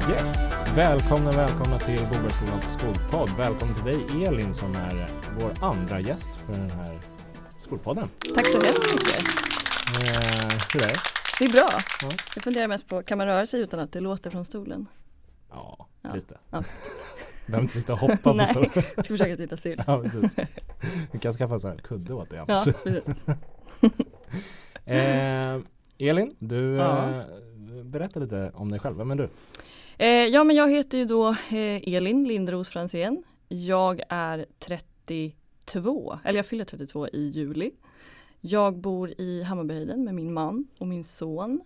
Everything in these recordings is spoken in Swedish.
Yes, välkomna till Bobergsskolans skolpodd. Välkommen till dig Elin som är vår andra gäst för den här skolpodden. Tack så hemskt mycket. Hur är det? Det är bra. Ja. Jag funderar mest på, kan man röra sig utan att det låter från stolen? Ja. Lite. Ja. Behöver inte sitta och hoppa på stolen. Nej, jag ska försöka sitta still. Ja, precis. Vi kan skaffa en sån här kudde åt dig. Ja, Elin, du berättar lite om dig själv. Vem är du? Ja, men jag heter ju då Elin Lindros Franzén. Jag är 32, eller jag fyller 32 i juli. Jag bor i Hammarbyhöjden med min man och min son.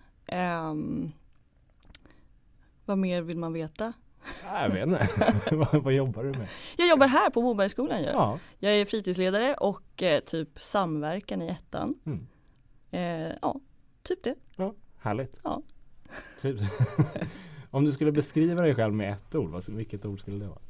Vad mer vill man veta? Jag vet inte. Vad jobbar du med? Jag jobbar här på Bobergsskolan. Ja. Jag är fritidsledare och typ samverkan i ettan. Ja, typ det. Ja, härligt. Ja. Typ. Om du skulle beskriva dig själv med ett ord, vilket ord skulle det vara?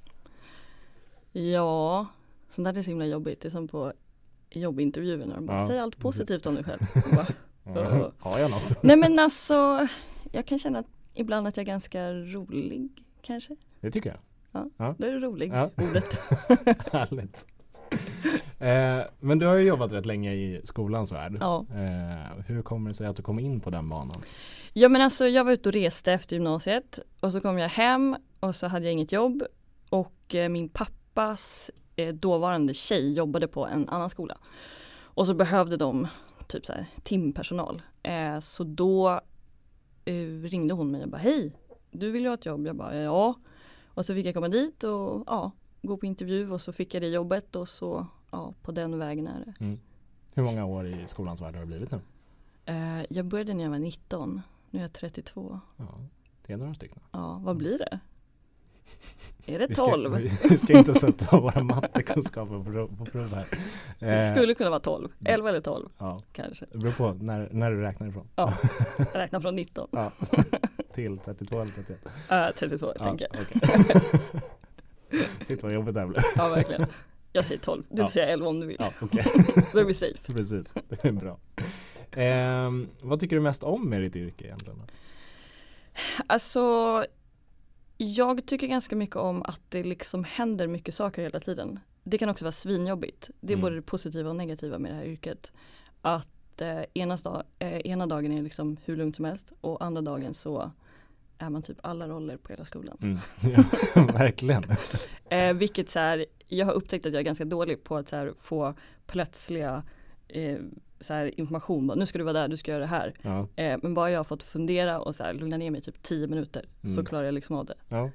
Ja, sånt där är så himla jobbigt. Det är som på jobbintervjuer när de bara säger allt positivt om dig själv. Har jag något? Nej men alltså, jag kan känna ibland att jag är ganska rolig kanske. Det tycker jag. Ja. Det är rolig, ordet. Härligt. Men du har ju jobbat rätt länge i skolans värld. Ja. Hur kommer det sig att du kom in på den banan? Ja men alltså jag var ute och reste efter gymnasiet och så kom jag hem och så hade jag inget jobb och min pappas dåvarande tjej jobbade på en annan skola. Och så behövde de typ så här timpersonal. Så då ringde hon mig och bara hej, du vill ju ha ett jobb? Jag bara ja. Och så fick jag komma dit och gå på intervju och så fick jag det jobbet och så på den vägen är det. Mm. Hur många år i skolans värld har det blivit nu? Jag började när jag var 19. Nu är jag 32. Ja, det är några stycken. Ja, vad blir det? Är det 12? Vi ska inte sätta våra mattekunskaper på prov här. Det skulle kunna vara 12. 11 eller 12 kanske. Det beror på när du räknar ifrån. Ja, jag räknar från 19. Ja. Till 32 eller 31? 32 tänker jag. Okay. Shit vad jobbigt det här blev. Ja, verkligen. Jag säger 12. Du får säga 11 om du vill. Ja, okay. Då är vi safe. Precis, det är bra. Vad tycker du mest om med ditt yrke egentligen? Alltså, jag tycker ganska mycket om att det liksom händer mycket saker hela tiden. Det kan också vara svinjobbigt. Det är både det positiva och negativa med det här yrket. Att ena dagen är liksom hur lugnt som helst och andra dagen så är man typ alla roller på hela skolan. Ja, verkligen. Vilket så här, jag har upptäckt att jag är ganska dålig på att så här, få plötsliga så här, information. Nu ska du vara där, du ska göra det här. Ja. Men bara jag har fått fundera och så här, lugna ner mig typ 10 minuter så klarar jag liksom av det. Ja.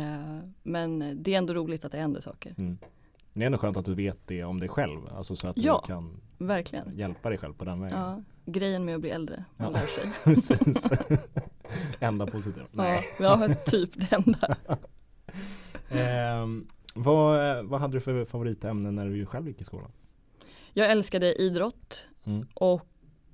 Men det är ändå roligt att det händer saker. Det är ändå skönt att du vet det om dig själv. Alltså så att du kan verkligen hjälpa dig själv på den vägen. Ja, grejen med att bli äldre. Man lär sig. Precis. Enda positivt. Nej. Ja, typ det enda. Vad hade du för favoritämne när du själv gick i skolan? Jag älskade idrott och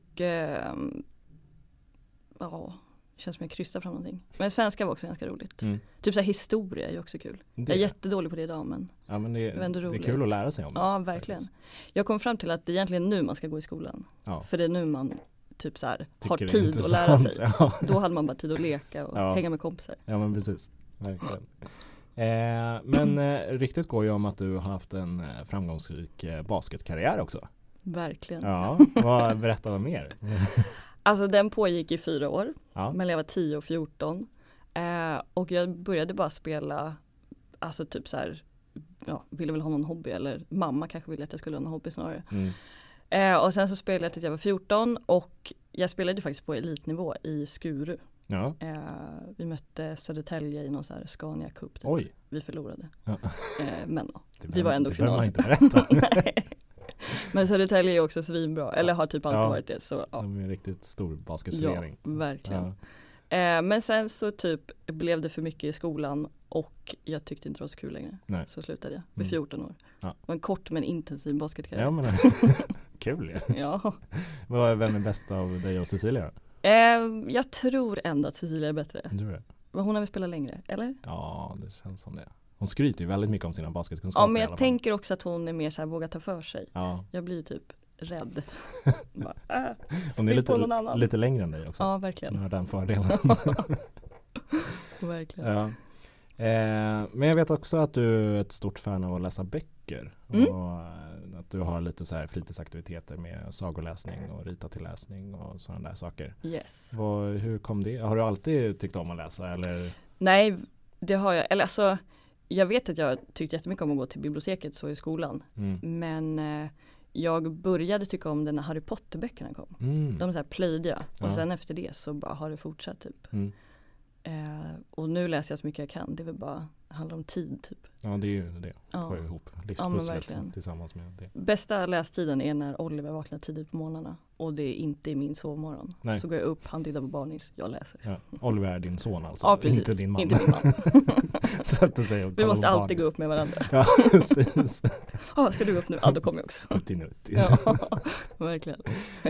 det känns som jag krystar fram någonting. Men svenska var också ganska roligt. Typ så här historia är ju också kul. Jag är jättedålig på det idag men det är ändå roligt. Det är kul att lära sig om det. Ja, verkligen. Jag kom fram till att det är egentligen nu man ska gå i skolan. Ja. För det är nu man typ så här har tid att lära sig. Ja. Då hade man bara tid att leka och hänga med kompisar. Ja, men precis. Verkligen. Men ryktet går ju om att du har haft en framgångsrik basketkarriär också. Verkligen. Ja, berätta vad mer. Alltså den pågick i 4 år, mellan jag var 10 och 14. Och jag började bara spela, alltså typ så här, ville väl ha någon hobby eller mamma kanske ville att jag skulle ha någon hobby snarare. Och sen så spelade jag tills jag var 14 och jag spelade ju faktiskt på elitnivå i Skuru. Ja. Vi mötte Södertälje i någon så här Scania Cup. Typ. Oj. Vi förlorade. Ja. Men vi var ändå final. Det behöver man inte berätta. Men Södertälje är också svinbra. Eller har typ alltid varit det. Så, de är en riktigt stor basketförening. Ja, verkligen. Ja. Men sen så typ blev det för mycket i skolan och jag tyckte inte det var så kul längre. Nej. Så slutade jag vid 14 år. Ja. Det var en kort men intensiv basketkarriär. Ja, men kul. Ja. Vem är bäst av dig och Cecilia då? Jag tror ändå att Cecilia är bättre. Du är det? Hon har väl spelat längre, eller? Ja, det känns som det. Hon skryter ju väldigt mycket om sina basketkunskaper. Ja, men jag tänker också att hon är mer så här våga ta för sig. Ja. Jag blir typ rädd. Hon är lite längre än dig också. Ja, verkligen. Hon har den fördelen. Verkligen. Ja. Men jag vet också att du är ett stort fan av att läsa böcker. Och att du har lite så här fritidsaktiviteter med sagoläsning och rita till läsning och sådana där saker. Yes. Hur kom det? Har du alltid tyckt om att läsa? Eller? Nej, det har jag. Eller alltså, jag vet att jag tyckte jättemycket om att gå till biblioteket så i skolan. Men jag började tycka om det när Harry Potter-böckerna kom. De så här plöjde jag. Och sen efter det så bara har det fortsatt typ. Och nu läser jag så mycket jag kan. Det är väl bara handlar om tid typ. Ja, det är ju det. Får ju ihop livspusslet tillsammans med det. Bästa lästiden är när Oliver vaknar tidigt på morgnarna. Och det är inte i min sovmorgon. Så går jag upp, han tittar på barnis, jag läser. Ja. Oliver är din son alltså? Ja, precis. Inte din man. Inte min man. Vi måste alltid gå upp med varandra. Ja, precis. Ska du gå upp nu? Ja, då kommer jag också. Ja, verkligen.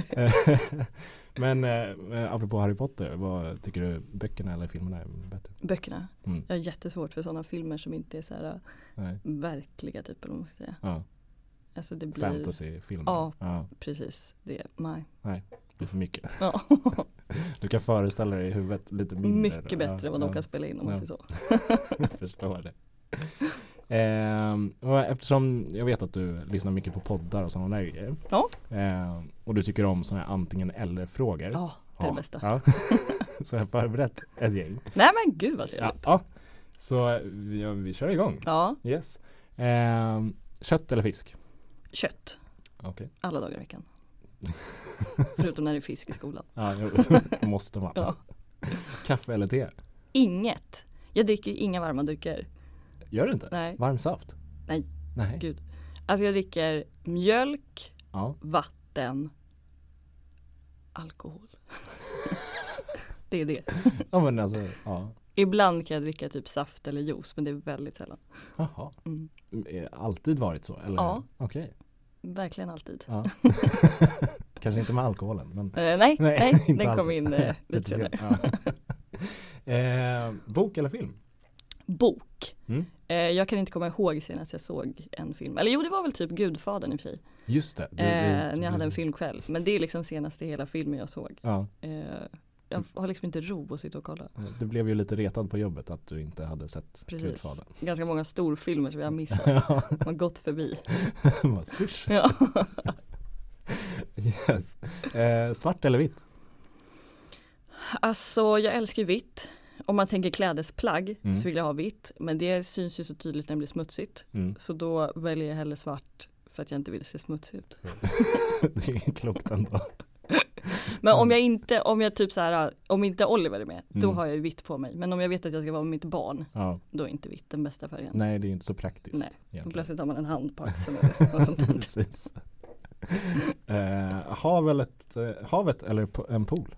Men apropå Harry Potter, vad tycker du, böckerna eller filmerna är bättre? Böckerna. Jag har jättesvårt för sådana filmer som inte är så här verkliga typ, eller vad man ska säga. Ja. Alltså det blir fantasyfilmer. Ja, precis. Det är för mycket. Ja. Du kan föreställa dig i huvudet lite mindre. Mycket bättre än vad de kan spela in om man säger så. Jag förstår det. Och eftersom jag vet att du lyssnar mycket på poddar och sådana där grejer. Ja. Och du tycker om sådana här antingen eller frågor. Ja, det är det bästa. Ja. Så jag har förberett ett gäng. Nej men gud vad trevligt. Ja. Så vi kör igång. Ja. Yes. Kött eller fisk? Kött. Okay. Alla dagar i veckan. Förutom när det är fisk i skolan. Ja, måste man. Ja. Kaffe eller te? Inget. Jag dricker inga varma drycker. Gör du inte? Nej. Varm saft? Nej. Nej. Gud. Alltså jag dricker mjölk, vatten, alkohol. Det är det. Ja, men alltså, ja. Ibland kan jag dricka typ saft eller juice, men det är väldigt sällan. Jaha. Alltid varit så? Eller? Ja. Okej. Verkligen alltid. Ja. Kanske inte med alkoholen. Men... Nej, den alltid. Kom in lite senare. Ja. Bok eller film? Bok. Jag kan inte komma ihåg senast jag såg en film. Eller jo, det var väl typ Gudfadern i och för sig. Just det. När jag hade en filmkväll. Men det är liksom senaste hela filmen jag såg. Ja. Jag har liksom inte ro att sitta och kolla. Du blev ju lite retad på jobbet att du inte hade sett Gudfadern. Ganska många storfilmer som jag har missat. Man har gått förbi. Swish. Ja. Yes. Svart eller vitt? Alltså jag älskar vitt. Om man tänker klädesplagg så vill jag ha vitt. Men det syns ju så tydligt när det blir smutsigt. Så då väljer jag hellre svart för att jag inte vill se smutsig ut. Det är klokt ändå. Men om jag typ så här, om inte Oliver är med, då har jag ju vitt på mig. Men om jag vet att jag ska vara med mitt barn, då är inte vitt den bästa färgen. Nej, det är inte så praktiskt. Nej, och plötsligt har man en hand på axeln eller något sånt där. Precis. Havet eller en pool?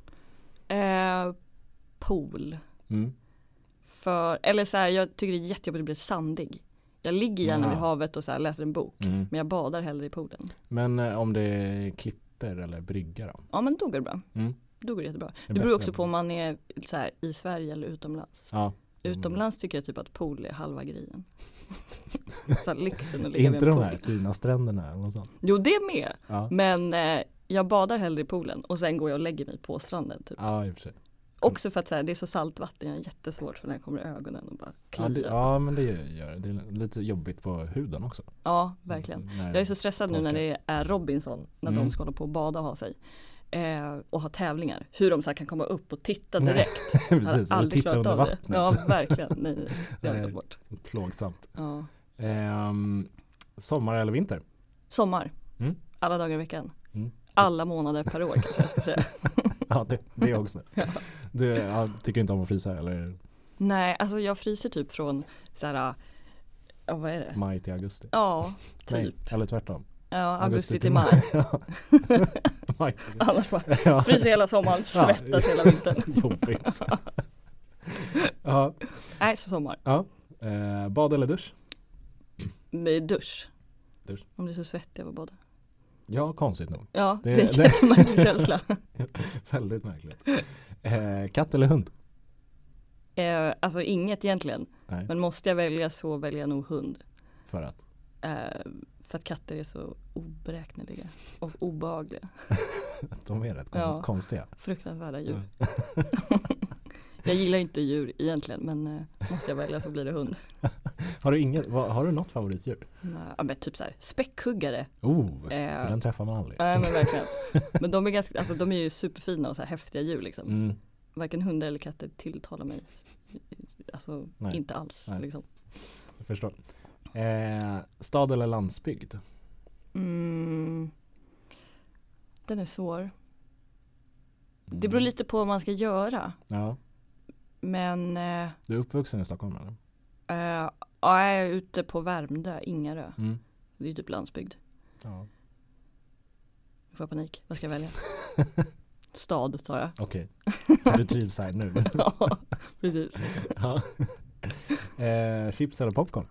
Pool. Eller så här, jag tycker det är jättejobbigt att bli sandig. Jag ligger gärna vid havet och så här, läser en bok. Men jag badar hellre i poolen. Men om det är klipper eller brygga då? Ja, men då går det bra. Då går det jättebra. Det beror också på om man är så här, i Sverige eller utomlands. Ja. Utomlands tycker jag typ att pool är halva grejen. Så lyxen att ligga inte vid en de pool. här fina stränderna eller sånt. Jo, det är med. Ja. Men jag badar hellre i poolen och sen går jag och lägger mig på stranden typ. Ja, i och för sig. Också för att så här, det är så salt vatten, jag är jättesvårt för när jag kommer i ögonen och bara kliar. Ja, men det gör det. Det är lite jobbigt på huden också. Ja, verkligen. Jag är så stressad nu när det är Robinson, när de ska hålla på och bada och ha sig. Och ha tävlingar. Hur de så här kan komma upp och titta direkt. Precis, och titta under vattnet. Ja, verkligen. Nej, det har jag bort. Plågsamt. Ja. Sommar eller vinter? Sommar. Alla dagar i veckan. Alla månader per år kanske jag ska säga. Ja, det också. Ja. Du tycker inte om att frysa eller? Nej, alltså jag fryser typ från så här, vad är det? Maj till augusti. Ja, typ. Nej, eller tvärtom. Ja, augusti till maj. Maj. Annars bara fryser hela sommaren, svettas hela vintern. Jobbigt. Ja. Nej, så sommar. Ja. Bad eller dusch? Med dusch. Om det är så svettigt av att bada. Ja, konstigt nog. Ja, det är en jättemärklig känsla. Väldigt märkligt. Katt eller hund? Alltså inget egentligen. Nej. Men måste jag välja så väljer jag nog hund. För att? För att katter är så oberäkneliga och obehagliga. De är rätt konstiga. Fruktansvärda djur. Jag gillar inte djur egentligen, men måste jag välja så blir det hund. Har du något favoritdjur? Ja, men typ så här späckhuggare. För den träffar man aldrig. Nej, men verkligen. Men de är ganska, alltså de är ju superfina och så här häftiga djur liksom. Mm. Varken hundar eller katter tilltalar mig. Alltså inte alls liksom. Jag förstår. Stad eller landsbygd? Den är svår. Det beror lite på vad man ska göra. Ja. Men du är uppvuxen i Stockholm eller? Ja, jag är ute på Värmdö, Ingarö. Det är typ landsbygd. Ja. Jag får panik. Vad ska jag välja? Stad tar jag. Okej. För du trivs här nu. Ja, precis. Ja. Chips eller popcorn?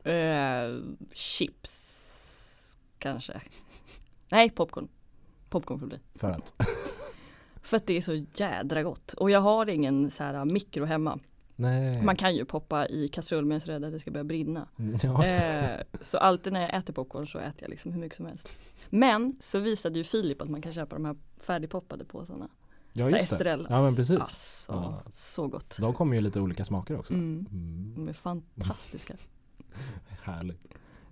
Chips kanske. Nej, popcorn. Popcorn får bli. För att? För att det är så jädra gott. Och jag har ingen så här mikro hemma. Nej. Man kan ju poppa i kastrull men jag är så rädd att det ska börja brinna. Ja. Så alltid när jag äter popcorn så äter jag liksom hur mycket som helst. Men så visade ju Filip att man kan köpa de här färdigpoppade påsarna. Ja, just det. Estrella. Ja, men precis. Alltså, så gott. De kommer ju lite olika smaker också. De är fantastiska. Härligt.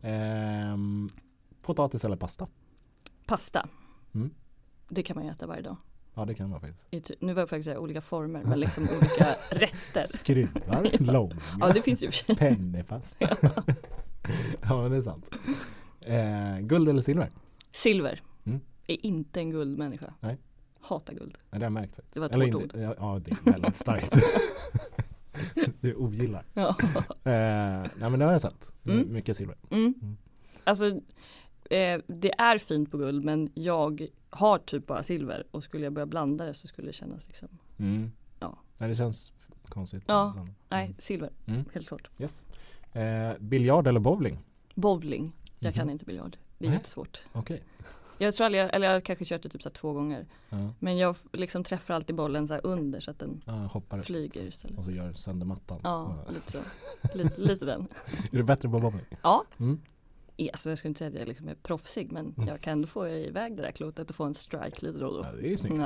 Potatis eller pasta? Pasta. Det kan man ju äta varje dag. Ja, det kan man faktiskt. Nu var jag faktiskt säga olika former, men liksom olika rätter. Skruvar, långa. Ja, det finns ju för sig. Pennepasta. Ja, det är sant. Guld eller silver? Silver. Är inte en guldmänniska. Nej. Hatar guld. Ja, det har jag märkt faktiskt. Det var ett hårt ord. Ja, det är väldigt starkt. Du ogillar. Ja. Nej, men det har jag sett. Mycket silver. Alltså, det är fint på guld, men jag har typ bara silver. Och skulle jag börja blanda det så skulle det kännas liksom... Ja. Nej, det känns konstigt. Ja, nej, silver. Helt klart. Yes. Biljard eller bowling? Bowling. Jag kan inte biljard. Det är jättesvårt. Okej. Jag tror aldrig, eller jag kanske kört det typ så här 2 gånger. Ja. Men jag liksom träffar alltid bollen så här under så att den hoppar flyger istället. Och så gör sönder mattan. Ja, lite så. lite den. Är du bättre på bowling? Ja. Alltså jag skulle inte säga att jag liksom är proffsig, men jag kan ändå få iväg det där klotet och få en strike lite då och då. Ja, det är snyggt.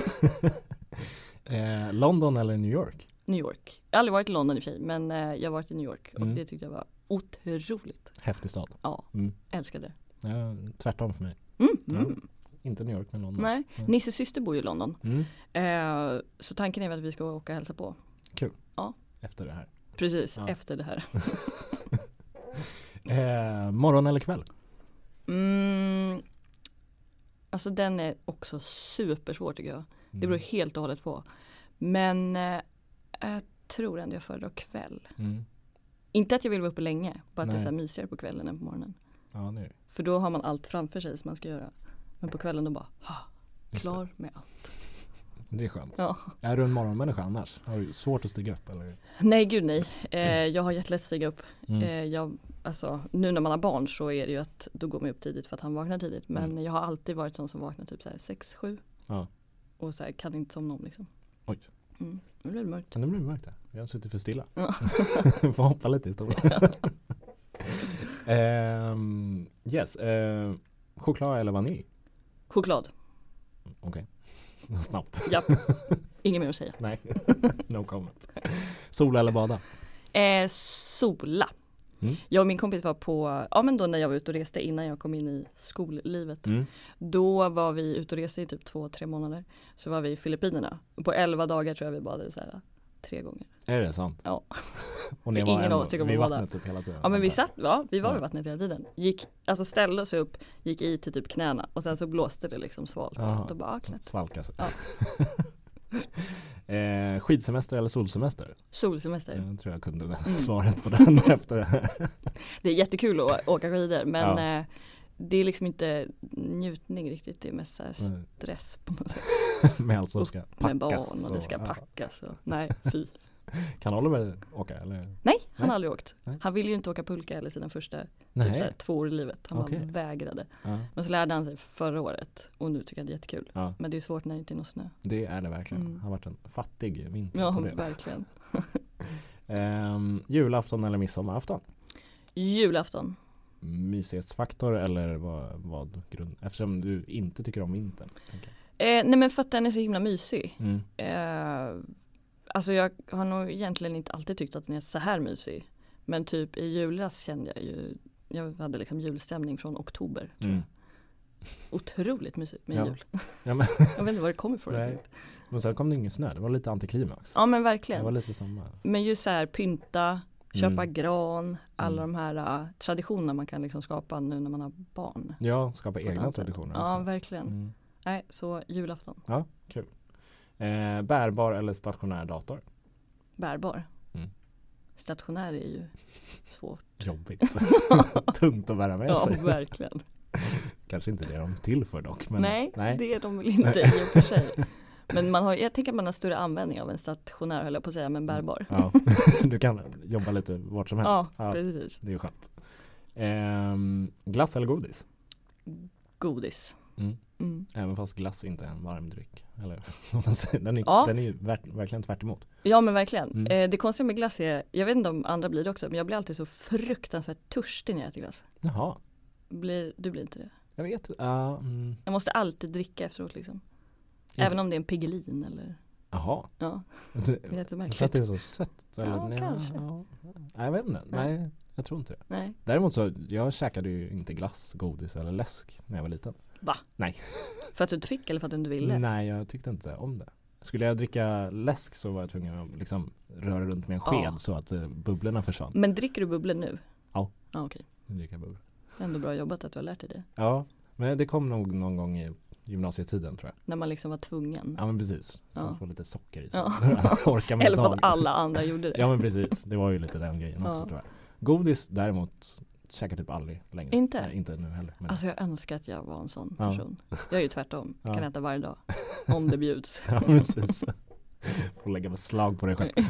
Ja. London eller New York? New York. Jag har aldrig varit i London i och för sig, men jag har varit i New York och det tyckte jag var otroligt. Häftig stad. Ja, älskade det. Ja, tvärtom för mig. Ja, inte New York men London. Nej, Nisses syster bor i London. Så tanken är väl att vi ska åka och hälsa på. Kul. Ja. Efter det här. Precis, efter det här. Morgon eller kväll? Alltså den är också supersvår tycker jag. Det beror helt och hållet på. Men jag tror ändå jag föredrar kväll. Inte att jag vill vara uppe länge. Bara att det är så här mysigare på kvällen än på morgonen. Ja, nej. För då har man allt framför sig som man ska göra. Men på kvällen då bara klar med allt. Det är skönt. Ja. Är du en morgonmänniska annars? Har du svårt att stiga upp? Eller? Nej, gud nej. Jag har jättelätt att stiga upp. Alltså, nu när man har barn så är det ju att då går man upp tidigt för att han vaknar tidigt. Men jag har alltid varit sån som vaknar typ 6-7. Ja. Och så här, kan inte somna om liksom. Oj. Nu blir det mörkt. Nu blir det mörkt där. Jag har suttit för stilla. Ja. Får hoppa lite i stolen. Yes. Choklad eller vanilj? Choklad. Okej. Snabbt. Japp. Inget mer att säga. Nej. No comment. Sola eller bada? Sola. Jag och min kompis var på, men då när jag var ute och reste innan jag kom in i skollivet. Då var vi ute och reste i typ 2-3 månader. Så var vi i Filippinerna. Och på 11 dagar tror jag vi badade så här 3 gånger. Är det sant? Ja. Och ni var ingen av oss tycker om att bada. Vattnet typ hela tiden? Ja, men vi var vid vattnet hela tiden. Ställde oss upp, gick i till typ knäna. Och sen så blåste det liksom svalt. Då bara klätt. Svalkas. Ja. Skidsemester eller solsemester? Solsemester. Jag tror jag kunde svaret på den efter det här. Det är jättekul att åka skidor, men det är liksom inte njutning riktigt. Det är mest så här stress på något sätt. Med allt som ska packas. Med barn och det ska packas. Och, nej, fy. Kan Oliver åka? Eller? Nej, han har aldrig åkt. Nej. Han ville ju inte åka pulka eller sina första typ 2 år i livet. Han bara vägrade. Men så lärde han sig förra året. Och nu tycker jag det är jättekul. Men det är svårt när det inte är någon snö. Det är det verkligen. Det har varit en fattig vinter på det. Ja, verkligen. Julafton eller midsommarafton? Julafton. Mysighetsfaktor eller vad grund? Eftersom du inte tycker om vintern. Nej, men för att den är så himla mysig. Alltså jag har nog egentligen inte alltid tyckt att den är så här mysig. Men typ i julas kände jag hade liksom julstämning från oktober. Tror jag. Otroligt mysigt med jul. Ja, men, jag vet inte var det kommer ifrån. Nej. Men sen kom det ingen snö, det var lite antiklimax. Ja men verkligen. Det var lite samma. Men just så här pynta, köpa gran, alla de här traditioner man kan liksom skapa nu när man har barn. Ja, skapa egna traditioner. Ja, också. verkligen. Nej, så julafton. Ja, kul. Bärbar eller stationär dator? Bärbar. Stationär är ju svårt. Jobbigt. Tungt att bära med sig. Ja, verkligen. Kanske inte det de är till för dock. Men nej, det är de väl inte i och för sig. Men jag tänker att man har större användning av en stationär, höll jag på att säga, men bärbar. Ja, du kan jobba lite vart som helst. Ja, precis. Det är ju skönt. Glass eller godis? Godis. Även fast glass inte är en varm dryck. Eller, den är ju verkligen tvärt emot. Ja men verkligen. Det konstiga med glass är, jag vet inte om andra blir det också, men jag blir alltid så fruktansvärt törstig när jag äter glass. Jaha. Du blir inte det? Jag vet. Jag måste alltid dricka efteråt liksom. Även om det är en Piggelin eller... Jaha. Ja. Det är jättemärkligt. Så att det är så sött? Eller? Ja, kanske. Ja. Nej, jag vet inte. Nej, jag tror inte det. Nej. Däremot så, jag käkade ju inte glass, godis eller läsk när jag var liten. Va? Nej. För att du inte fick eller för att du inte ville? Nej, jag tyckte inte om det. Skulle jag dricka läsk så var jag tvungen att liksom röra runt med en sked så att bubblorna försvann. Men dricker du bubblor nu? Ja. Ja, okej. Nu dricker jag bubblor. Ändå bra jobbat att du har lärt dig det. Ja, men det kom nog någon gång i gymnasietiden tror jag. När man liksom var tvungen. Ja men precis. Man får lite socker i sig. Ja. Orka med eller för att alla andra gjorde det. Ja men precis. Det var ju lite den grejen också tror jag. Godis däremot käkar typ aldrig längre. Inte? Nej, inte nu heller. Men... Alltså jag önskar att jag var en sån person. Jag är ju tvärtom. Jag kan äta varje dag. Om det bjuds. Ja precis. Får lägga beslag på dig själv.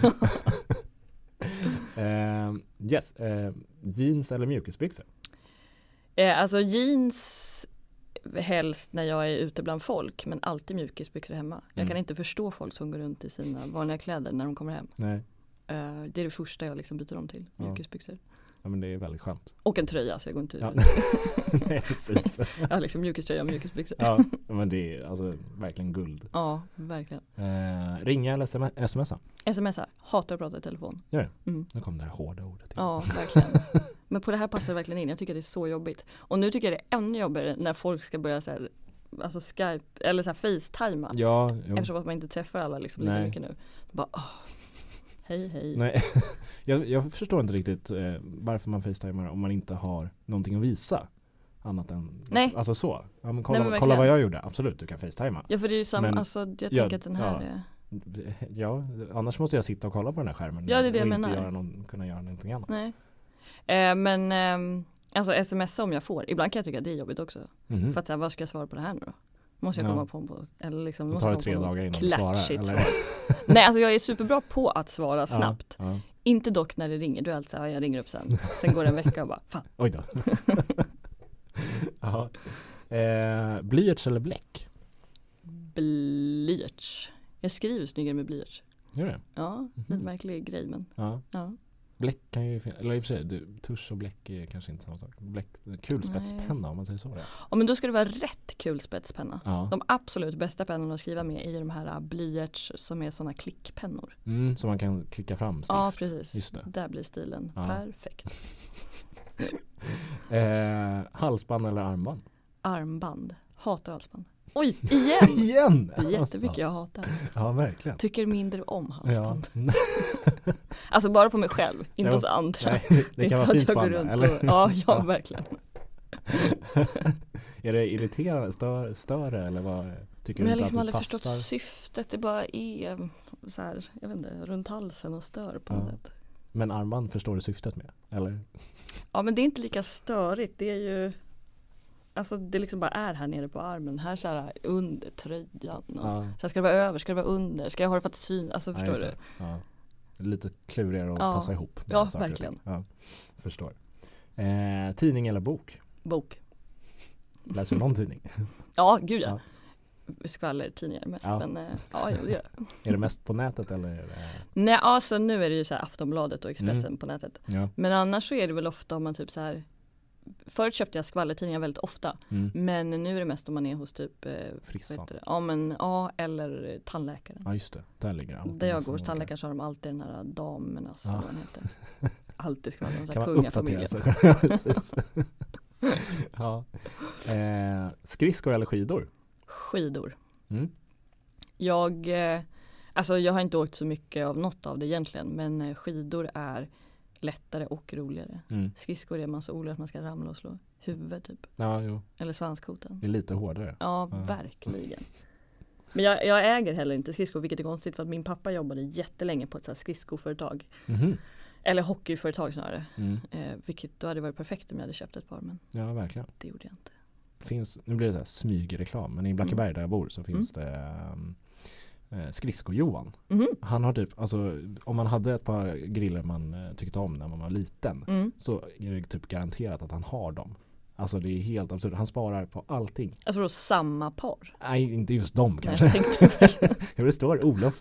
Jeans eller mjukisbyxor? Alltså jeans helst när jag är ute bland folk, men alltid mjukisbyxor hemma. Jag kan inte förstå folk som går runt i sina vanliga kläder när de kommer hem. Nej. Det är det första jag liksom byter om till, mjukisbyxor. Ja men det är väldigt skönt. Och en tröja så jag går inte ut. Ja. Nej precis. Jag har liksom mjukiströja och mjukisbyxor. Ja men det är alltså verkligen guld. Ja, verkligen. Ringa eller smsa? Smsa, hatar att prata i telefon. Gör det? Nu kom det här hårda ordet. Ja, verkligen. Men på det här passar det verkligen in. Jag tycker det är så jobbigt. Och nu tycker jag det är ännu jobbigare när folk ska börja så här, alltså Skype eller så här FaceTima. Ja, eftersom att man inte träffar alla liksom lika mycket nu. Bara, hej. Nej, jag förstår inte riktigt varför man FaceTimar om man inte har någonting att visa. Annat än, alltså så. Ja, men kolla vad jag gjorde. Absolut, du kan FaceTima. Ja, för det är ju samma, alltså jag tänker att den här är... Ja, annars måste jag sitta och kolla på den här skärmen. Ja, det är det jag och menar. inte kunna göra någonting annat. Nej. Men alltså sms om jag får. Ibland kan jag tycka att det är jobbigt också. För att säga, vad ska jag svara på det här nu då? Måste jag komma på eller liksom, det tar det 3 dagar innan du svarar? Eller? Nej, alltså jag är superbra på att svara snabbt. Ja. Inte dock när det ringer. Du är alltså, jag ringer upp sen. Sen går det en vecka och bara, fan. Oj då. Blyerts eller bläck? Blyerts. Jag skriver snyggare med blyerts. Gör det? Ja, det är en märklig grej men. Ja. Bläck kan ju eller i och för sig, tusch och bläck är kanske inte samma sak. Kulspetspenna om man säger så. Ja, men då ska det vara rätt kulspetspenna. Ja. De absolut bästa pennorna att skriva med är ju de här blyerts som är sådana klickpennor. Så man kan klicka fram stift. Ja, precis. Just det. Där blir stilen perfekt. Halsband eller armband? Armband. Hatar halsband. Oj, igen! Igen! Det är jättemycket jag hatar. Ja, verkligen. Tycker mindre om halsband. Ja. Alltså bara på mig själv, inte hos andra. Nej, det kan vara fint på andra, eller? Ja, verkligen. Är det irriterande, större eller vad tycker men du inte liksom att det passar? Men jag har aldrig förstått syftet, det bara är så här, jag vet inte, runt halsen och stör på något sätt. Men armband förstår du syftet med, eller? Ja, men det är inte lika störigt, det är ju alltså det liksom bara är här nere på armen, här så här under tröjan och så ska det vara över, ska det vara under, ska jag ha det för att syn, alltså förstår du? Ja. Lite klurigare att passa ihop. Ja, verkligen. Ja, förstår. Tidning eller bok? Bok. Läser du någon tidning? Ja, gud ja. Skvallertidningar mest, men ja, det gör jag. Är det mest på nätet eller? Nej, alltså nu är det ju så här Aftonbladet och Expressen på nätet. Ja. Men annars så är det väl ofta om man typ så här förut köpte jag skvallertidningar väldigt ofta. Men nu är det mest om man är hos typ Frissan. eller tandläkaren. Ja just det, där ligger allt. Där jag går hos tandläkaren så har de alltid den här damernas, vad den heter. Alltid skvaller om så kan här man kungafamiljen. uppdatera sig? Ja. Skridskor eller skidor? Skidor. Mm. Jag har inte åkt så mycket av något av det egentligen, men skidor är lättare och roligare. Skridskor är man så orolig att man ska ramla och slå huvudet typ. Ja, jo. Eller svanskotan. Det är lite hårdare. Ja, verkligen. Men jag äger heller inte skridskor, vilket är konstigt för att min pappa jobbade jättelänge på ett så här skridskoföretag. Eller hockeyföretag snarare. Vilket då hade varit perfekt om jag hade köpt ett par, men ja, verkligen. Det gjorde jag inte. Nu blir det så här smygreklam, men i Blackeberg där jag bor så finns det skridsko-Johan. Han har typ, alltså om man hade ett par griller man tyckte om när man var liten så är det typ garanterat att han har dem. Alltså det är helt absurt. Han sparar på allting. Jag tror samma par. Nej, inte just dem kanske. Nej, det står Olof.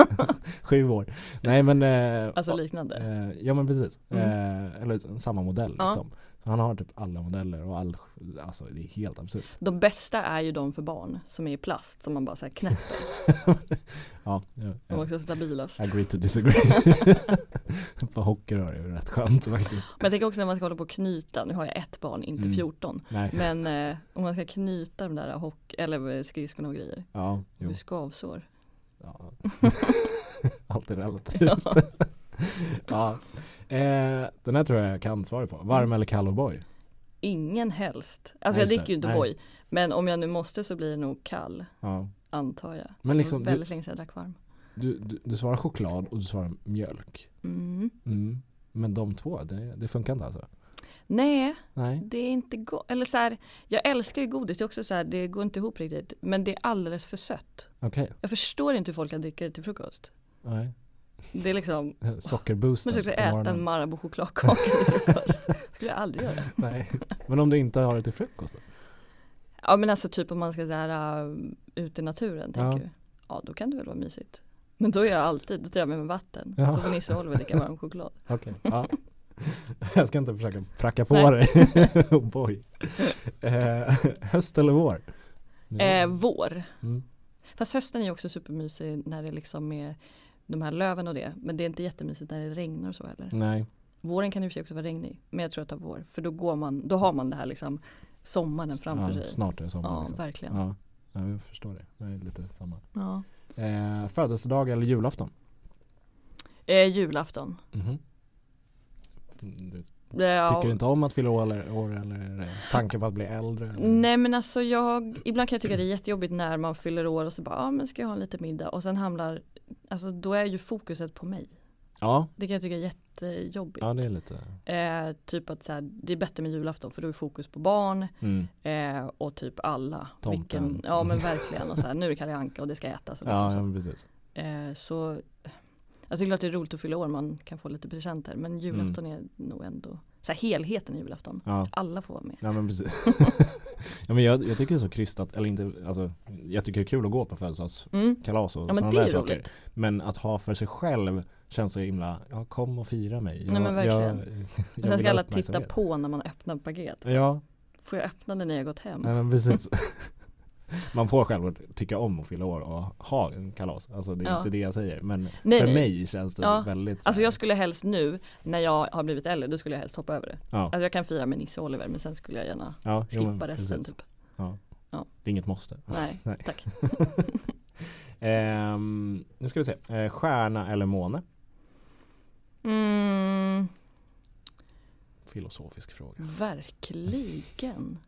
7 år. Nej men alltså liknande. ja men precis. Eller samma modell liksom. Så han har typ alla modeller och alltså det är helt absurt. De bästa är ju de för barn som är i plast som man bara så här knäpper. Ja. De är också stabilast. Agree to disagree. På hockey är det rätt skönt faktiskt. Men jag tänker också när man ska hålla på att knyta. Nu har jag ett barn, inte 14. Nej. Men om man ska knyta de där eller skridskorna och grejer. Ja. Det är skavsår. Ja. Allt är relativt. Ja. Den här tror jag kan svara på. Varm eller kall O'boy? Ingen helst. Alltså jag dricker ju inte O'boy. Men om jag nu måste så blir det nog kall. Ja. Antar jag. Men liksom, väldigt länge sedan jag drack varm. Du svarar choklad och du svarar mjölk. Men de två, det funkar inte alltså? Nej. Det är inte gott. Eller så här, jag älskar ju godis. Det är också så här, det går inte ihop riktigt. Men det är alldeles för sött. Okay. Jag förstår inte hur folk kan dricka det till frukost. Nej. Det är liksom sockerboost. Men så ska jag äta en Marabou chokladkaka till frukost. Skulle jag aldrig göra. Nej. Men om du inte har det till frukost då? Ja men alltså typ om man ska så här ut i naturen tänker du. Ja då kan det väl vara mysigt. Men då är jag alltid, då tar jag med vatten. Ja. Så får Nisse och Oliver dricka varm choklad. Okej, ja. Jag ska inte försöka pracka på dig. Oh boy. Höst eller vår? Vår. Fast hösten är ju också supermysig när det liksom är de här löven och det. Men det är inte jättemysigt när det regnar och så heller. Nej. Våren kan ju också vara regnig. Men jag tror att det är vår. För då har man det här liksom sommaren framför sig. Snart är det sommar. Ja, liksom. Verkligen. Ja, jag förstår det. Det är lite samma. Ja. Födelsedag eller julafton? Julafton. Tycker du inte om att fylla år eller tanken på att bli äldre? Eller? Nej men alltså ibland kan jag tycka det är jättejobbigt när man fyller år och så bara, men ska jag ha en liten middag? Och sen då är ju fokuset på mig. Ja. Det kan jag tycka är jättejobbigt. Ja det är lite. Typ att så här, det är bättre med julafton för då är fokus på barn och typ alla. Tomten. Ja men verkligen. Och så här, nu är det Kalle Anka och det ska ätas. Och ja men precis. Så alltså det är klart det är roligt att fylla år, man kan få lite presenter. Men julafton är nog ändå så här, helheten i julafton. Ja. Alla får vara med. Ja men precis. Ja, men jag tycker det är så krystat, eller inte, alltså, jag tycker det är kul att gå på födelsedagskalas och sådana där saker. Roligt. Men att ha för sig själv känns så himla, kom och fira mig. Nej men verkligen. Och sen ska alla titta på när man öppnar paket. Ja. Får jag öppna det när jag gått hem? Nej men precis. Man får själv tycka om att fylla år och ha en kalas. Alltså det är inte det jag säger. Men för mig känns det väldigt... Alltså jag skulle helst nu, när jag har blivit äldre, då skulle jag helst hoppa över det. Ja. Alltså jag kan fira med Nisse och Oliver, men sen skulle jag gärna skippa resten typ. Ja. Det är inget måste. Nej. Tack. Nu ska vi se. Stjärna eller måne? Filosofisk fråga. Verkligen.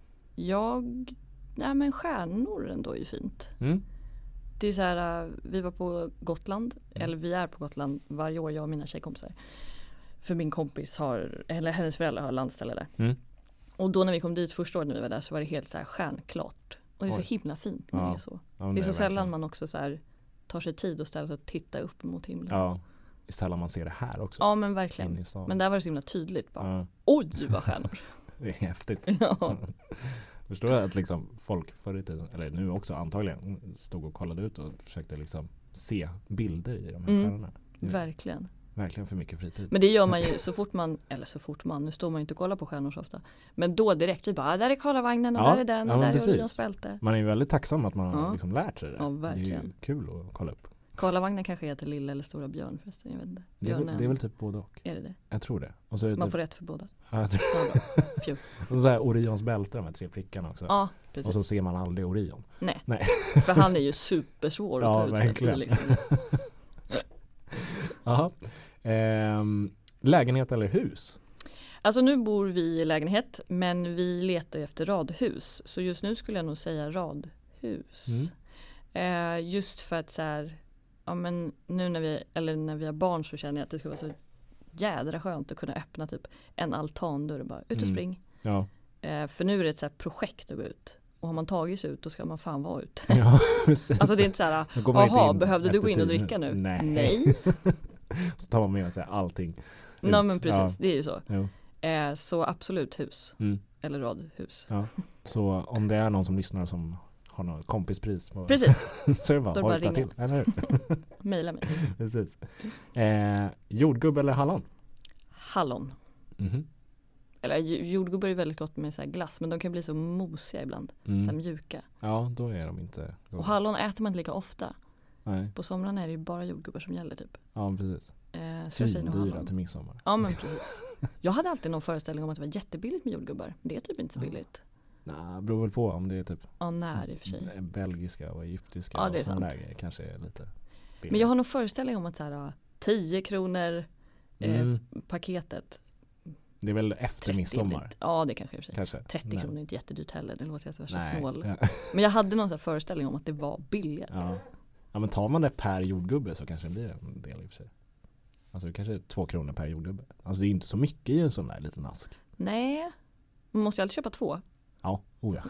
Nej men stjärnor ändå är ju fint. Det är så här, vi var på Gotland, eller vi är på Gotland varje år, jag och mina tjejkompisar. För min kompis hennes föräldrar har landställe där. Och då när vi kom dit första året när vi var där så var det helt så här stjärnklart. Och det är så himla fint när det är så. Ja, det är så sällan man också så här tar sig tid och ställer sig och tittar upp mot himlen. Ja, det är sällan man ser det här också. Ja men verkligen. Men där var det så himla tydligt bara. Oj vad stjärnor. Det är häftigt. Ja. Förstår du att liksom folk förr i tiden, eller nu också antagligen, stod och kollade ut och försökte liksom se bilder i de här stjärnorna. Verkligen. verkligen för mycket fritid. Men det gör man ju så fort man, nu står man ju inte och kollar på stjärnor så ofta. Men då direkt, vi bara, där är Karlavagnen och där är den och där är Orions bälte. Man är ju väldigt tacksam att man har liksom lärt sig det. Ja, verkligen. Det är ju kul att kolla upp. Karlavagnen kanske heter Lilla eller Stora Björn förresten, jag vet inte. Det är väl typ både och. Är det? Jag tror det. Och så är det man får rätt för båda. Ja, jag tror. Och så här Orions bälte, de här 3 prickarna också. Ja, precis. Och så ser man aldrig Orion. Nej. För han är ju supersvår att ta ut. Verkligen. Liksom. Jaha. Lägenhet eller hus? Alltså nu bor vi i lägenhet, men vi letar efter radhus. Så just nu skulle jag nog säga radhus. Just för att så här, ja, men nu när vi har barn så känner jag att det ska vara så jädra skönt att kunna öppna typ en altandörr och bara ut och spring. Ja. För nu är det ett så här projekt att gå ut. Och har man tagit sig ut, då ska man fan vara ut. Ja, precis. Alltså det är inte så här, jaha, behövde du gå in och dricka nu? Nej. Så tar man med sig allting. Nej, men precis, det är ju så. Jo. Så absolut hus. Eller radhus. Ja. Så om det är någon som lyssnar som har något kompispris på, precis. så är det bara ringa till, eller hur? Mejla mig. Precis. Jordgubb eller hallon? Hallon. Eller jordgubbar är väldigt gott med så här glass, men de kan bli så mosiga ibland. Så här mjuka. Ja, då är de inte goda. Och hallon äter man inte lika ofta. Nej. På somrarna är det ju bara jordgubbar som gäller typ. Ja, precis. Svindyra till midsommar. Ja, men precis. Jag hade alltid någon föreställning om att det var jättebilligt med jordgubbar. Det är typ inte så billigt. Nej, beror väl på om det är typ när i och för sig. Belgiska och egyptiska. Ja, det är och sant. där kanske är lite billigt. Men jag har någon föreställning om att så här 10 kronor paketet. Det är väl efter midsommar. Ja, det kanske i och för sig. Kanske. 30 kronor är inte jättedyrt heller. Det låter jag så värsta Nej. snål. Ja. Men jag hade någon sån här föreställning om att det var billigare. Ja, men tar man det per jordgubbe så kanske det blir en del i och för sig. Alltså det kanske är 2 kronor per jordgubbe. Alltså det är inte så mycket i en sån där liten ask. Nej, man måste ju alltid köpa 2. Ja,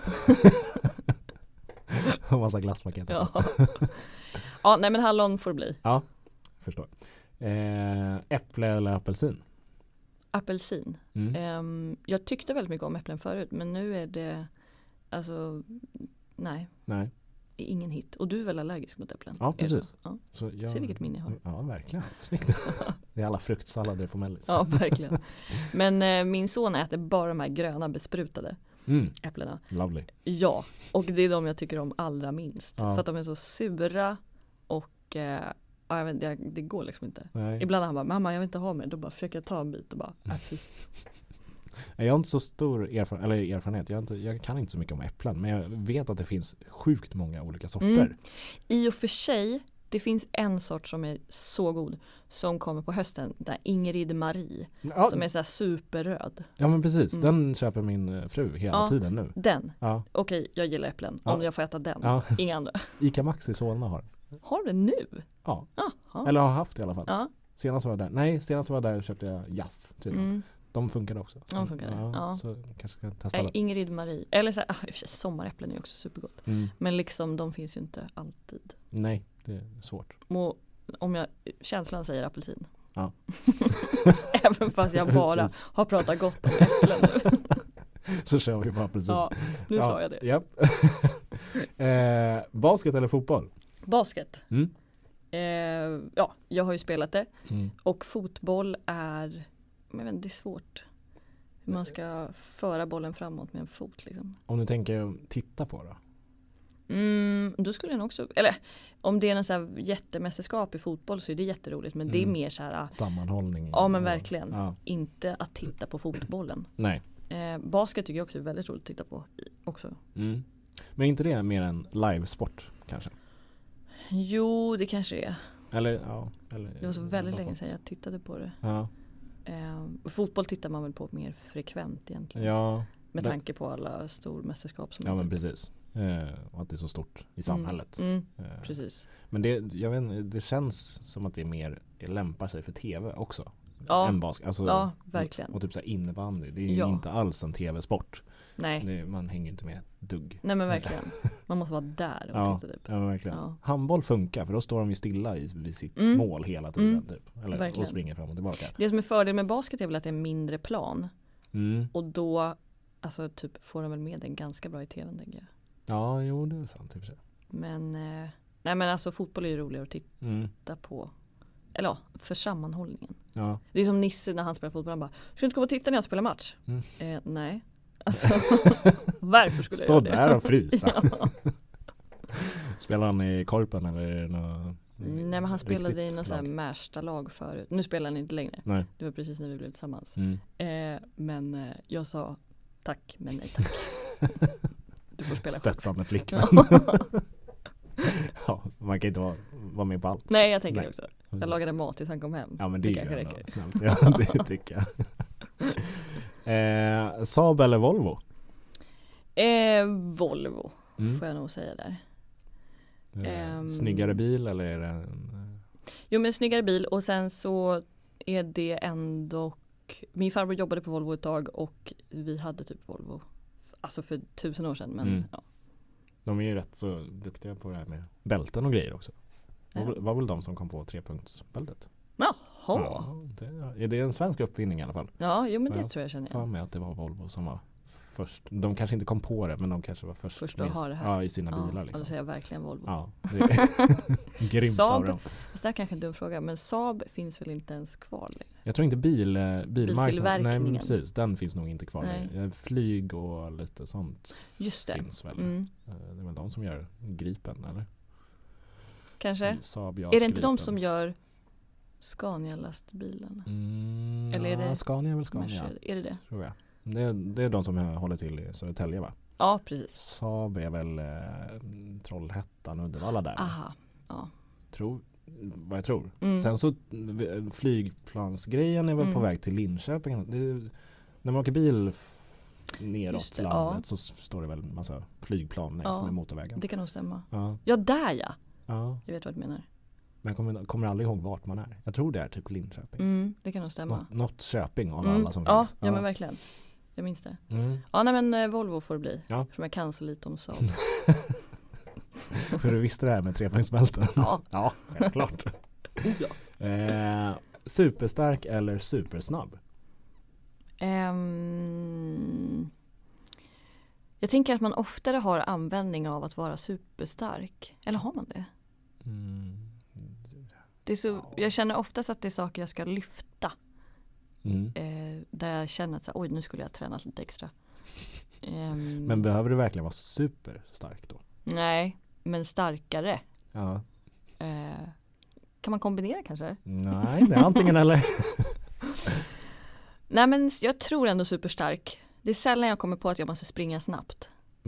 Och massa glasspaket. Ja, nej men hallon får det bli. Ja, förstår. Äpple eller apelsin? Apelsin. Jag tyckte väldigt mycket om äpplen förut, men nu är det alltså nej. Ingen hit. Och du är väl allergisk mot äpplen? Ja, precis. Ja. Så Se vilket minne jag har. Ja, verkligen. Snyggt. Det är alla fruktsallader på Mellis. Ja, verkligen. Men min son äter bara de här gröna besprutade äpplena. Lovely. Ja, och det är de jag tycker om allra minst. För att de är så sura och jag vet, det går liksom inte. Nej. Ibland han bara, mamma jag vill inte ha mer. Då bara försöker jag ta en bit och bara, Jag har inte så stor erfarenhet. Jag kan inte så mycket om äpplen. Men jag vet att det finns sjukt många olika sorter. I och för sig, det finns en sort som är så god. Som kommer på hösten. Där Ingrid Marie. Ja. Som är så här superröd. Ja, men precis. Den köper min fru hela tiden nu. Den? Ja. Okej, jag gillar äpplen. Om jag får äta den. Inga andra. Ica Maxi Solna har. Har du nu? Ja. Aha. Eller har haft i alla fall. Ja. Senast var jag där och köpte jag jazz. De funkade också. De funkade. Ja. Så kanske ska testa det. Ingrid Marie. Eller så här, i och för sig, sommaräpplen är också supergott. Men liksom de finns ju inte alltid. Nej, det är svårt. Om känslan säger apelsin. Ja. Även fast jag bara har pratat gott om äpplen nu. Så kör vi på apelsin. Ja, nu sa jag det. Japp. Basket eller fotboll? Basket. Jag har ju spelat det. Och fotboll är, jag vet inte, det är svårt. Hur man ska föra bollen framåt med en fot liksom. Om du tänker titta på då? Då skulle jag också, eller om det är en så här jättemästerskap i fotboll så är det jätteroligt, men det är mer så här sammanhållning. Ja, men verkligen. Inte att titta på fotbollen. Nej. Basket tycker jag också är väldigt roligt att titta på också. Men inte det mer en livesport kanske? Jo, det kanske det är. Eller det var så väldigt länge sedan jag tittade på det. Ja. Fotboll tittar man väl på mer frekvent egentligen. Ja. Med tanke på alla stormästerskap som men precis. Och att det är så stort i samhället. Precis. Men det känns som att det mer lämpar sig för tv också. Ja, basket. Alltså, ja, verkligen. Och typ så här innebandy. Det är ju inte alls en tv-sport. Nej. Man hänger inte med ett dugg. Nej, men verkligen. Man måste vara där och titta typ. Ja, verkligen. Ja. Handboll funkar för då står de ju stilla vid sitt mål hela tiden typ. Eller, och springer fram och tillbaka. Det som är fördel med basket är väl att det är mindre plan. Och då alltså typ får de väl med den ganska bra i tvn, tänker jag. Ja, jo, det är sant i och för sig. Men nej, men alltså fotboll är ju roligare att titta på. eller ja, för sammanhållningen. Ja. Det är som Nisse när han spelar fotboll, han bara, ska du inte komma och titta när jag spelar match? Nej. Alltså, varför skulle jag göra det? Stå där och frysa. Ja. Spelar han i Korpen eller är det något? Nej, men han spelade i något så här Märsta-lag förut. Nu spelar han inte längre. Nej. Det var precis när vi blev tillsammans. Men jag sa tack, men nej tack. Du får spela stöttande flickvän. Ja, man kan inte vara med på allt. Nej, jag tänker det också. Jag lagade mat tills han kom hem. Ja, men det kanske är räcker. Snällt. Ja, det tycker jag. Saab eller Volvo? Volvo får jag nog säga där. Snyggare bil eller är det en... Jo, men snyggare bil, och sen så är det ändå, min farbror jobbade på Volvo ett tag och vi hade typ Volvo alltså för 1000 år sedan, men ja. De är ju rätt så duktiga på det här med bälten och grejer också. Var väl de som kom på 3-punktsbältet? Jaha. Ja, är det en svensk uppfinning i alla fall? Ja, jo, men det tror jag känner jag. För mig att det var Volvo som var först. De kanske inte kom på det, men de kanske var först att ha det här. Ja, i sina bilar. Liksom. Alltså säger jag verkligen Volvo. Ja, det är grymt Saab, av dem. det är kanske en dum fråga, men Saab finns väl inte ens kvar längre? Jag tror inte bilmarknaden. Nej, men precis. Den finns nog inte kvar längre. Flyg och lite sånt. Just det. Finns väl. Det är väl de som gör Gripen, eller? Kanske. Saab, är det inte de som gör Scania-lastbilen? Eller är det Scania är väl Scania? Är det? Tror jag. Det är de som håller till i Södertälje, va? Ja, precis. Saab är väl Trollhättan, Uddevalla där. Aha, ja. Vad jag tror. Sen så flygplansgrejen är väl på väg till Linköping. När man åker bil neråt landet så står det väl en massa flygplan som är motorvägen. Det kan nog stämma. Ja, där ja. Ja. Jag vet vad du menar. Men jag kommer aldrig ihåg vart man är. Jag tror det är typ Linköping. Det kan nog stämma. Något Köping av alla som ja, finns. Ja, men verkligen. Jag minns det. Ja, nej, men Volvo får det bli. Ja. För jag kan så lite om Saab. För du visste det här med 3-punktsbälten? Ja. Ja, självklart. Superstark eller supersnabb? Jag tänker att man oftare har användning av att vara superstark. Eller har man det? Det är så, jag känner oftast att det är saker jag ska lyfta. Där jag känner att oj, nu skulle jag tränat lite extra. Men behöver du verkligen vara superstark då? Nej, men starkare. Ja. Kan man kombinera kanske? Nej, det är antingen eller. Nej, men jag tror ändå superstark. Det är sällan jag kommer på att jag måste springa snabbt.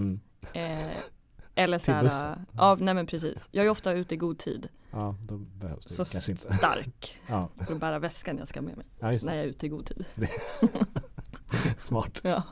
Eller så här, ja, nej men precis. Jag är ofta ute i god tid. Ja, då behövs det så kanske inte. Stark. Ja. För att bära väskan jag ska med mig. Ja, just det. När jag är ute i god tid. Smart. Ja.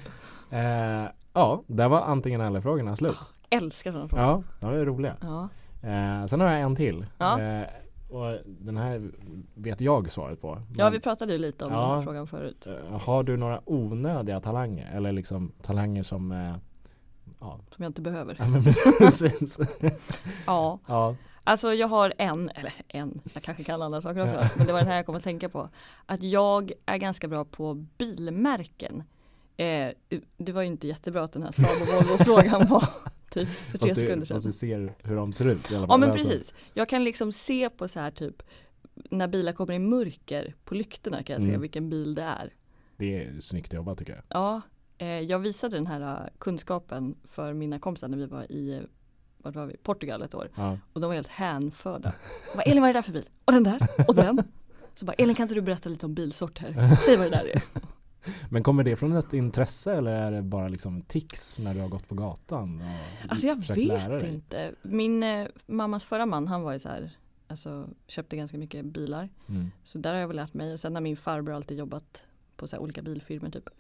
Där var antingen eller frågorna slut. Älskar sådana frågor. Ja, de är roliga. Ja. Sen har jag en till. Ja. Och den här vet jag svaret på. Ja, vi pratade ju lite om den här frågan förut. Har du några onödiga talanger? Eller liksom talanger som som jag inte behöver. Ja, men precis. Ja. Alltså jag har jag kanske kan andra saker också, men det var den här jag kom att tänka på. Att jag är ganska bra på bilmärken. Det var ju inte jättebra att den här Saab och Volvo-frågan var typ för 3 sekunder sedan. Fast du ser hur de ser ut i alla fall. Ja, men precis. Jag kan liksom se på så här typ, när bilar kommer i mörker på lyktorna kan jag se vilken bil det är. Det är snyggt jobbat tycker jag. Ja, jag visade den här kunskapen för mina kompisar när vi var i Portugal ett år. Ja. Och de var helt hänförda. Elin, vad är det där för bil? Och den där? Och den? Så bara, Elin, kan inte du berätta lite om bilsort här? Säg vad det där är. Men kommer det från ett intresse eller är det bara liksom tics när du har gått på gatan? Alltså jag vet inte. Min mammas förra man, han var ju så här, alltså köpte ganska mycket bilar. Så där har jag väl lärt mig. Och sen har min farbror alltid jobbat på så här olika bilfirmor typ.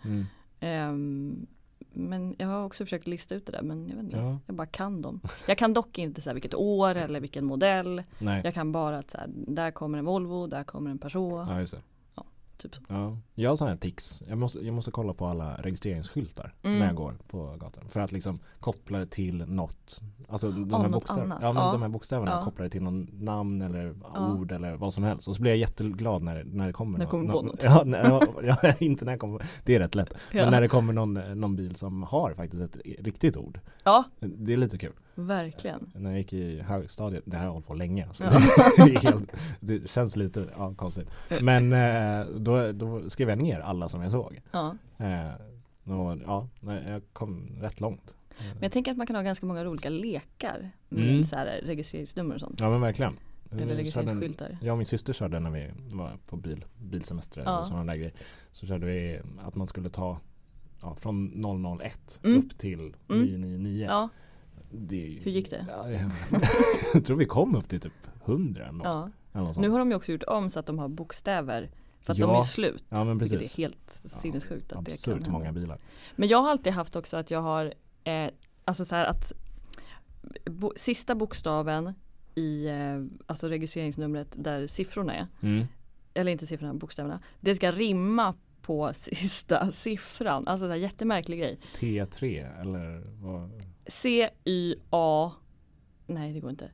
Men jag har också försökt lista ut det där, men jag vet inte, jag bara kan dem. Jag kan dock inte säga vilket år eller vilken modell. Nej. Jag kan bara att så här, där kommer en Volvo, där kommer en Peugeot. Ja, just det. Ja, typ så. Ja. Jag har sån här tics. Jag måste kolla på alla registreringsskyltar när jag går på gatan. För att liksom koppla det till något. Alltså de här bokstäverna. Ja, men de här bokstäverna kopplar det till någon namn eller ord eller vad som helst. Och så blir jag jätteglad när det kommer något. Ja, inte när det kommer. Det är rätt lätt. Men när det kommer någon bil som har faktiskt ett riktigt ord. Ja. Det är lite kul. Verkligen. När jag gick i högstadiet, det här har hållit på länge. Alltså. Det känns lite konstigt. Men då skrev jag ner alla som jag såg. Ja. Jag kom rätt långt. Men jag tänker att man kan ha ganska många olika lekar med så här registreringsnummer och sånt. Ja, men verkligen. Eller registreringsskyltar. Jag och min syster körde när vi var på bilsemester och sådana där grejer. Så körde vi att man skulle ta från 001 upp till 999. Ja. Hur gick det? Jag tror vi kom upp till typ 100 eller något. Eller något sånt. Nu har de ju också gjort om så att de har bokstäver för att de är slut. Ja, men precis. Det är helt sinnessjukt att det kan hända. Många bilar. Men jag har alltid haft också att jag har alltså så här att sista bokstaven i alltså registreringsnumret där siffrorna är. Eller inte siffrorna, bokstäverna. Det ska rimma på sista siffran. Alltså det är en jättemärklig grej. T3 eller vad? C-Y-A. Nej, det går inte.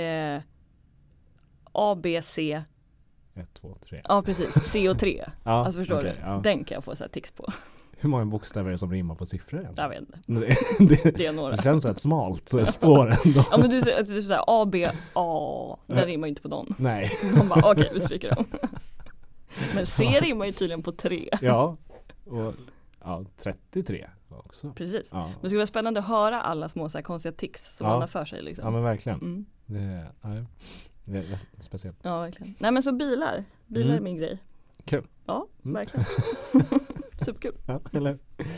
A-B-C. 1, 2, 3. Ja, precis. C och 3. Alltså förstår du? Ja. Den kan jag få så här tics på. Hur många bokstäver är det som rimmar på siffror egentligen? Jag vet inte. Det är några. Det känns rätt smalt spår ändå. Ja, men du säger sådär A, B, A. Den rimmar inte på någon. Nej. De bara, okej, vi stryker dem. Men C rimmar ju tydligen på 3. Ja, och 33 också. Precis. Ja. Men det skulle vara spännande att höra alla små så här konstiga tics som man har för sig. Liksom. Ja, men verkligen. Det är speciellt. Ja, verkligen. Nej, men så bilar. Bilar är min grej. Kul. Ja, verkligen. Superkul. Ja, eller?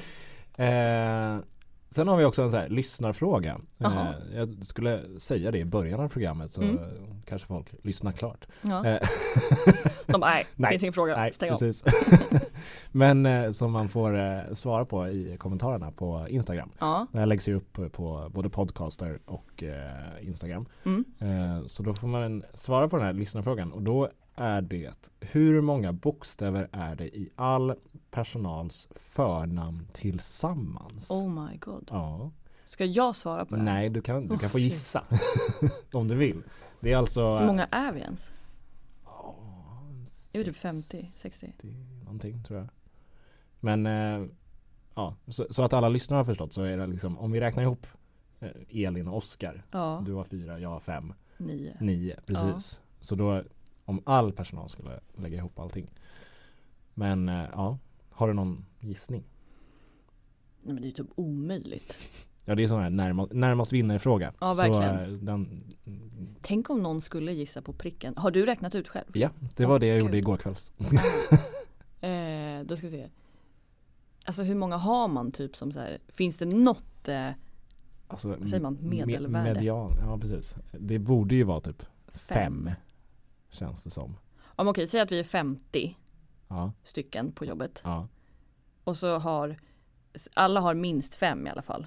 Sen har vi också en så här lyssnarfråga. Jag skulle säga det i början av programmet så kanske folk lyssnar klart. Ja. De bara, nej, finns ingen fråga. Nej, stäng precis. Men som man får svara på i kommentarerna på Instagram. Ja. Det här läggs ju upp på både podcaster och Instagram. Så då får man svara på den här lyssnarfrågan. Och då är det: hur många bokstäver är det i all personals förnamn tillsammans? Oh my god. Ja. Ska jag svara på det? Nej, du kan få gissa om du vill. Det är alltså... Hur många är vi ens? Är vi typ 50, 60? Någonting tror jag. Men så att alla lyssnare har förstått så är det liksom, om vi räknar ihop Elin och Oskar. Du har 4, jag har 5. 9, precis. Så då, om all personal skulle lägga ihop allting. Men har du någon gissning? Nej, men det är ju typ omöjligt. Ja, det är sån här närmast vinner-fråga. Ja, verkligen. Tänk om någon skulle gissa på pricken. Har du räknat ut själv? Ja, det var det jag gjorde igår kväll. Då ska vi se. Alltså hur många har man typ som så här, finns det något vad säger man, medelvärde? Median, ja precis. Det borde ju vara typ 5 känns det som. Om okej, säg att vi är 50 stycken på jobbet. Ja. Och så har alla har minst 5 i alla fall.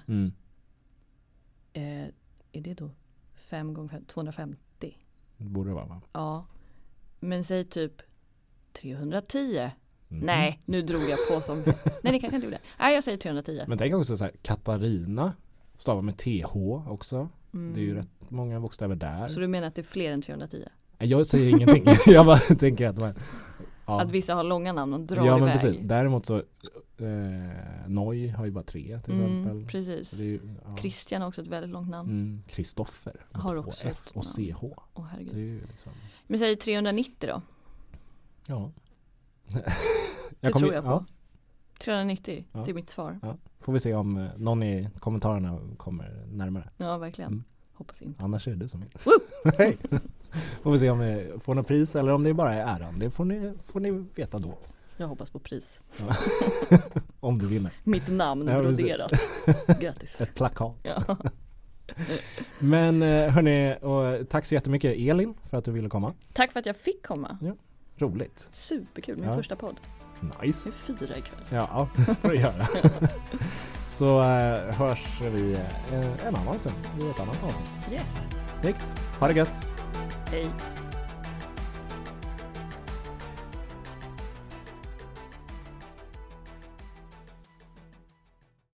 Är det då 5 gånger 5, 250? Det borde det vara, va? Ja. Men säg typ 310. Nej, nu drog jag på som... Nej, det kanske inte gjorde. Nej, jag säger 310. Men tänk också så här, Katarina stavar med TH också. Det är ju rätt många bokstäver där. Så du menar att det är fler än 310? Jag säger ingenting. Jag bara tänker att att vissa har långa namn och drar iväg. Men precis. Däremot så Noj har ju bara 3 till exempel. Precis. Det är ju, Christian har också ett väldigt långt namn. Kristoffer har också F och CH. Herregud. Det är ju liksom... Men säg 390 då. Ja. Det tror jag på. 390, det är mitt svar. Ja. Får vi se om någon i kommentarerna kommer närmare. Ja, verkligen. Hoppas inte. Annars är det som Hej! Får vi se om vi får något pris eller om det bara är äran. Det får ni veta då. Jag hoppas på pris. Ja. Om du vinner. Mitt namn broderat. Grattis. Ett plakat. Ja. Men hörni, och tack så jättemycket Elin för att du ville komma. Tack för att jag fick komma. Ja, roligt. Superkul, min första podd. Nice. Det är 4 ikväll. Ja, får du göra. Så hörs vi en annan stund i ett annat avsnitt. Yes. Snyggt. Ha det gött. Hej.